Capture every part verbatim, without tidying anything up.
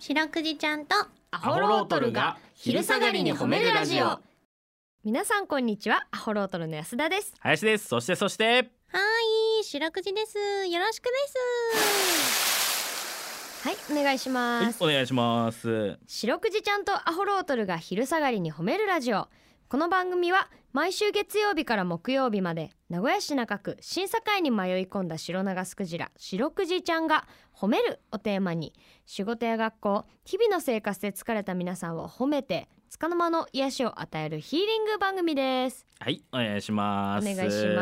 白くじちゃんとアホロートルが昼下がりに褒めるラジオ。 皆さんこんにちは、アホロートルの安田です。 林です。そしてそしてはい、白くじです。よろしくです。 はい、お願いします、 はい、お願いします。 白くじちゃんとアホロートルが昼下がりに褒めるラジオ。この番組は毎週月曜日から木曜日まで名古屋市中区審査会に迷い込んだ白長スクジラ白くじちゃんが褒めるをテーマに、仕事や学校日々の生活で疲れた皆さんを褒めて束の間の癒しを与えるヒーリング番組です。 はい、お願いします。 お願いします。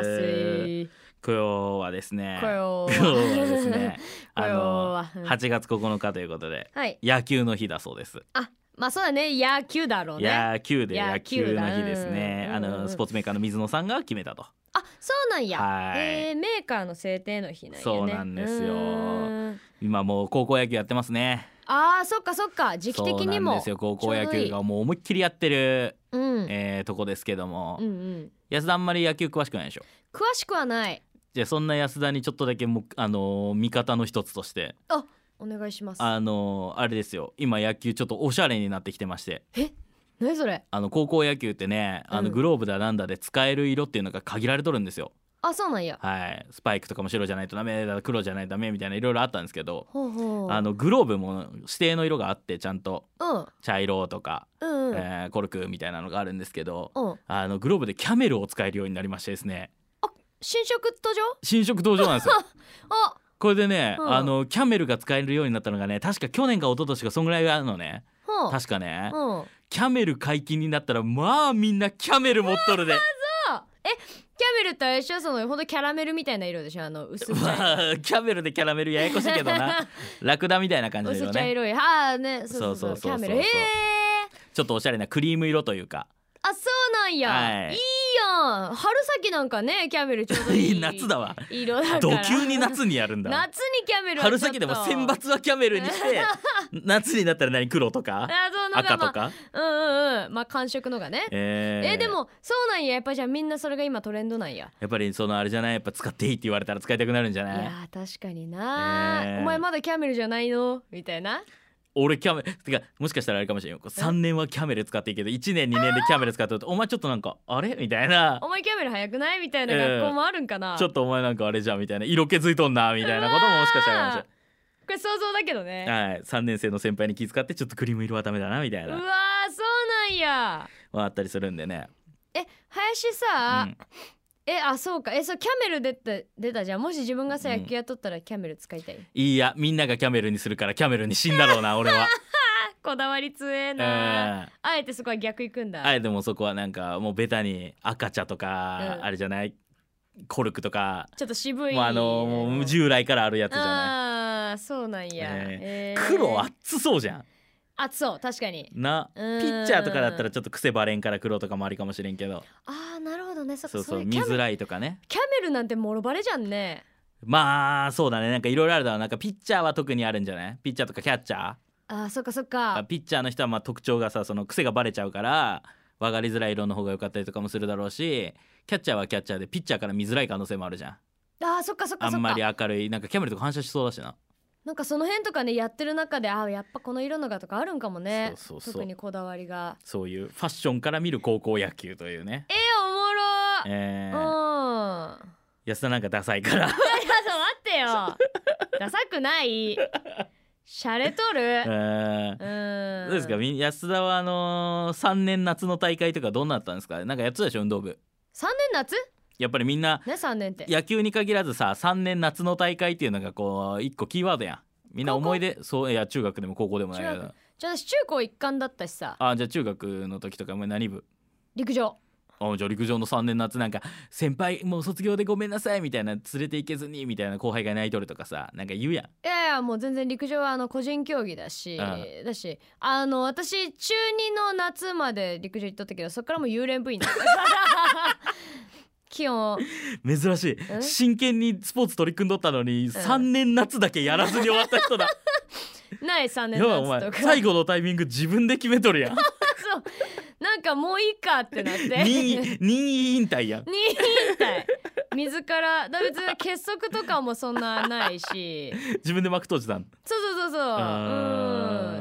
今日はですね今日は今日はですねあの今日ははちがつここのかということで、 はい、 野球の日だそうです。 あ、まあそうだね、野球だろうね。 野球で野球の日ですね。あ野球だうんのスポーツメーカーの水野さんが決めたと。 あ、そうなんや、 はい、 えー、メーカーの制定の日なんやね。 そうなんですよ。 うーん、 今もう高校野球やってますね。 あー、そっかそっか、時期的にもそうなんですよ。高校野球ちょうどいい。 がもう思いっきりやってる、 うんえー、とこですけども、 うんうん、 安田あんまり野球詳しくないでしょ。 詳しくはない。 じゃあそんな安田にちょっとだけも、あのー味方の一つとして、 あ、お願いします。 あのーあれですよ、今野球ちょっとおしゃれになってきてまして、 え、何それ。 あの高校野球ってね、あのうんグローブだなんだで使える色っていうのが限られとるんですよ。 あ、そうなんや。 はい、スパイクとかも白じゃないとダメだ、黒じゃないとダメみたいないろいろあったんですけど、 ほうほう。 あのグローブも指定の色があって、ちゃんとうん茶色とか、 うんうん、 えーコルクみたいなのがあるんですけど、 うん、 あのグローブでキャメルを使えるようになりましてですね、 新色登場。 新色登場なんですよ。 あ、 これでね、 うんあのキャメルが使えるようになったのがね、確か去年か一昨年かそんぐらいあるのね。 ほう。 確かね、 うん、 キャメル解禁になったらまあみんなキャメル持っとるで。 あ、え、キャメルってあれでしょ、そのほんとキャラメルみたいな色でしょ、あの薄茶色い、 まあキャメルでキャラメルややこしいけどなラクダみたいな感じの色ね。 薄茶色い、あーね、そうそうそう、 そうそうそうそうキャメル、えー、 ちょっとおしゃれなクリーム色というか。 あ、そうなんや、 はいいいやん。春先なんかね、キャメルちょうどいい夏だわ。 色だから。 ド級に夏にやるんだ。 夏にキャメルはちょっと春先でも選抜はキャメルにして夏になったら何、黒とかあ、そうなんか赤とか、 まあ、うんうんうん、まあ寒色のがね、 えーえーでもそうなんや、やっぱじゃあみんなそれが今トレンドなんや。 やっぱりそのあれじゃない、やっぱ使っていいって言われたら使いたくなるんじゃいない。 やー確かにな、 えーお前まだキャメルじゃないのみたいな。 俺キャメルてか、もしかしたらあれかもしれんよ、さんねんはキャメル使っていいけどいちねんにねんでキャメル使ってると、お前ちょっとなんかあれみたいな、 お前キャメル早くないみたいな学校もあるんかな、 ちょっとお前なんかあれじゃんみたいな、色気づいとんなみたいなことももしかしたらあるかもしこれ想像だけどね、 れん。はい、さんねん生の先輩に気遣ってちょっとクリーム色はダメだなみたいうなわー、そうなんや。 はあったりするんでね。 え、林うさ、 ん、 え、あ、そうか、え、そうキャメル出た出たじゃん。もし自分がさうん野球やっとったらキャメル使いたい、 いいや、みんながキャメルにするからキャメルに死んだろうな俺は。 こだわり強ええな、 ーあえてそこは逆行くんだ。 あえてもそこはなんかもうベタに赤茶とか、 うんあれじゃない、コルクとか、 ちょっと渋い、 もうあのもう従来からあるやつじゃない。 あー、そうなんや、 ええー黒熱そうじゃんあ、そう、確かに。 な。ピうんッチャーとかだったらちょっと癖バレんから黒とかもありかもしれんけど、 あー、なるほどね。そっか、 そうそう、 れキャメ見づらいとかね。 キャメルなんてもろバレじゃんね。 まあそうだね、なんかいろいろあるだろう。なんかピッチャーは特にあるんじゃない、ピッチャーとかキャッチャー。 あー、そっかそっあか。 ピッチャーの人はまあ特徴がさ、その癖がバレちゃうから分かりづらい色の方が良かったりとかもするだろうし、キャッチャーはキャッチャーでピッチャーから見づらい可能性もあるじゃん。 あー、そっかそっかそっか。 あんまり明るいなんかキャメルとか反射しそうだしな。 なんかその辺とかね、やってる中で、あー、やっぱこの色のがとかあるんかもね。 そうそうそう、 特にこだわりが。 そういうファッションから見る高校野球というね。 えー、おもろー、 えうー、 ん。 安田なんかダサいからいや、ちょっと待ってよ。ダサくない。シャレとる。 えうーん。 どうですか、み安田はあのー、さんねん夏の大会とかどんなだったんですか。なんかやってたでしょ、運動部。 さんねん夏やっぱりみんなね、さんねんって。 野球に限らずさ、さんねん夏の大会っていうのがこう一個キーワードやん。みんな思い出、そう、いや中学でも高校でもないけど。 中学じゃあ私中高一貫だったしさ。 あ、じゃあ中学の時とかお前何部。 陸上。 あ、じゃあ陸上のさんねん夏なんか先輩もう卒業でごめんなさいみたいな、連れて行けずにみたいな後輩が泣いとるとかさ、なんか言うやん。 いやいや、もう全然陸上はあの個人競技だし、 うんだし、あの私中にの夏まで陸上行っとったけど、そっからもう幽霊部員だったから基本珍しい、 うん真剣にスポーツ取り組んどったのに、さんねん夏だけやらずに終わった人だないさんねん要はお前夏とか最後のタイミング自分で決めとるやんそう、なんかもういいかってなって任意任意引退やん。 任意引退自らだ、別に結束とかもそんなないし自分で幕閉じたん。 そうそうそうそう、 あーうん、だ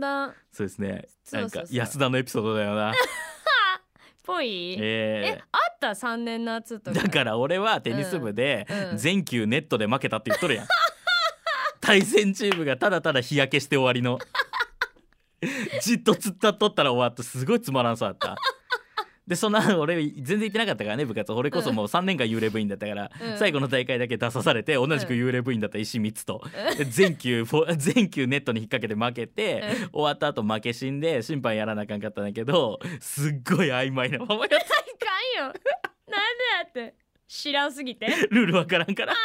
だんそうですね。 そうそうそうなんか安田のエピソードだよな。 ぽい、ええあったさんねん夏とー、 かだから俺はテニス部でうんうん全球ネットで負けたって言っとるやん。対戦チームがただただ日焼けして終わりの。じっと突っ立っとったら終わった。すごいつまらんそうだった。でそんな俺全然行ってなかったからね部活。俺こそもうさんねんかん幽霊部員だったから、 うん最後の大会だけ出さされて同じく幽霊部員だった石みつと、で全球フォ全球ネットに引っ掛けて負けて、 うん終わった後負け死んで審判やらなあかんかったんだけど、すっごい曖昧なままやった。 いかんよなんでやって知らんすぎてルールわからんから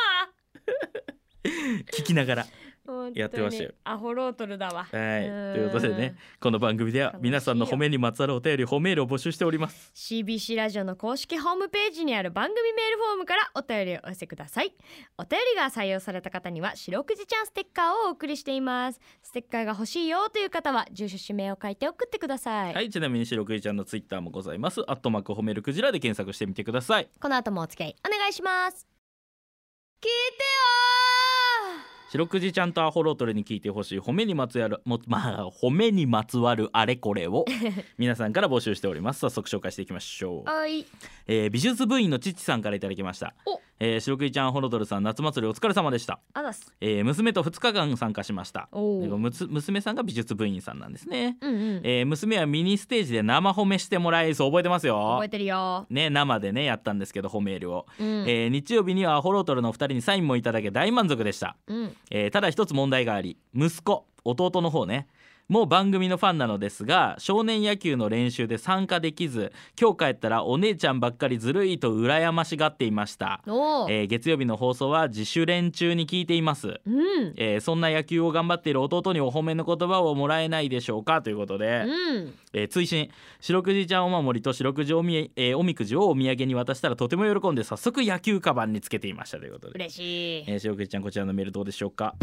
聞きながら。 本当にやってましたよアホロートルだわ。 はい、とうんいうことでね、この番組では皆さんの褒めにまつわるお便り褒めールを募集しております。 シービーシー ラジオの公式ホームページにある番組メールフォームからお便りをお寄せください。お便りが採用された方には白くじちゃんステッカーをお送りしています。ステッカーが欲しいよという方は住所氏名を書いて送ってください、 はい、ちなみに白くじちゃんのツイッターもございます。アットマーク褒めるクジラで検索してみてください。 この後もお付き合いお願いします。聞いてよ白くじちゃんとアホロートルに聞いてほしい褒めにまつわるも、まあ、褒めにまつわるあれこれを皆さんから募集しております。早速紹介していきましょう。 はい、 えー美術部員の父さんからいただきました。 おえー、白くじちゃんアホロートルさん、夏祭りお疲れ様でした。 あざす。 えー娘とふつかかん参加しました。 おーでむつ娘さんが美術部員さんなんですね。 うんうん、 えー娘はミニステージで生褒めしてもらえそう覚えてますよ。 覚えてるよ、 ね、生でねやったんですけど褒めールを、 うんえー日曜日にはアホロートルのふたりにサインもいただけ大満足でした。 うん、 えーただ一つ問題があり、息子弟の方ねもう番組のファンなのですが、少年野球の練習で参加できず、今日帰ったらお姉ちゃんばっかりずるいと羨ましがっていました。 おー、 えー月曜日の放送は自主練中に聞いています。 うんえーそんな野球を頑張っている弟にお褒めの言葉をもらえないでしょうかということで、 うんえー追伸、白くじちゃんお守りと白くじおみ、えーおみくじをお土産に渡したらとても喜んで早速野球カバンにつけていましたということで、 嬉しい、 えー白くじちゃんこちらのメールどうでしょうか。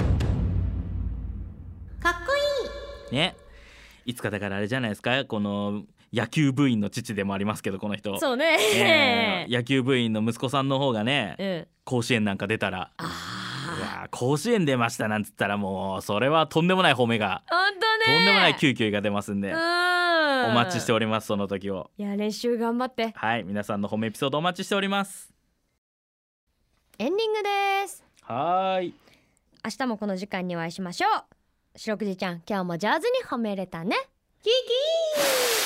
かっこいい。 ね、いつかだからあれじゃないですか、この野球部員の父でもありますけどこの人、 そうね、 えー野球部員の息子さんの方がね、 うん、 甲子園なんか出たら、 あいやー甲子園出ましたなんつったらもうそれはとんでもない褒めが、 ほんとね、 とんでもない救急が出ますんで、 うん、 お待ちしております。その時を、 いや練習頑張って。 はい、皆さんの褒めエピソードお待ちしております。 エンディングです。 はーい、 明日もこの時間にお会いしましょう。白くじちゃん今日も上手に褒めれたね。キキー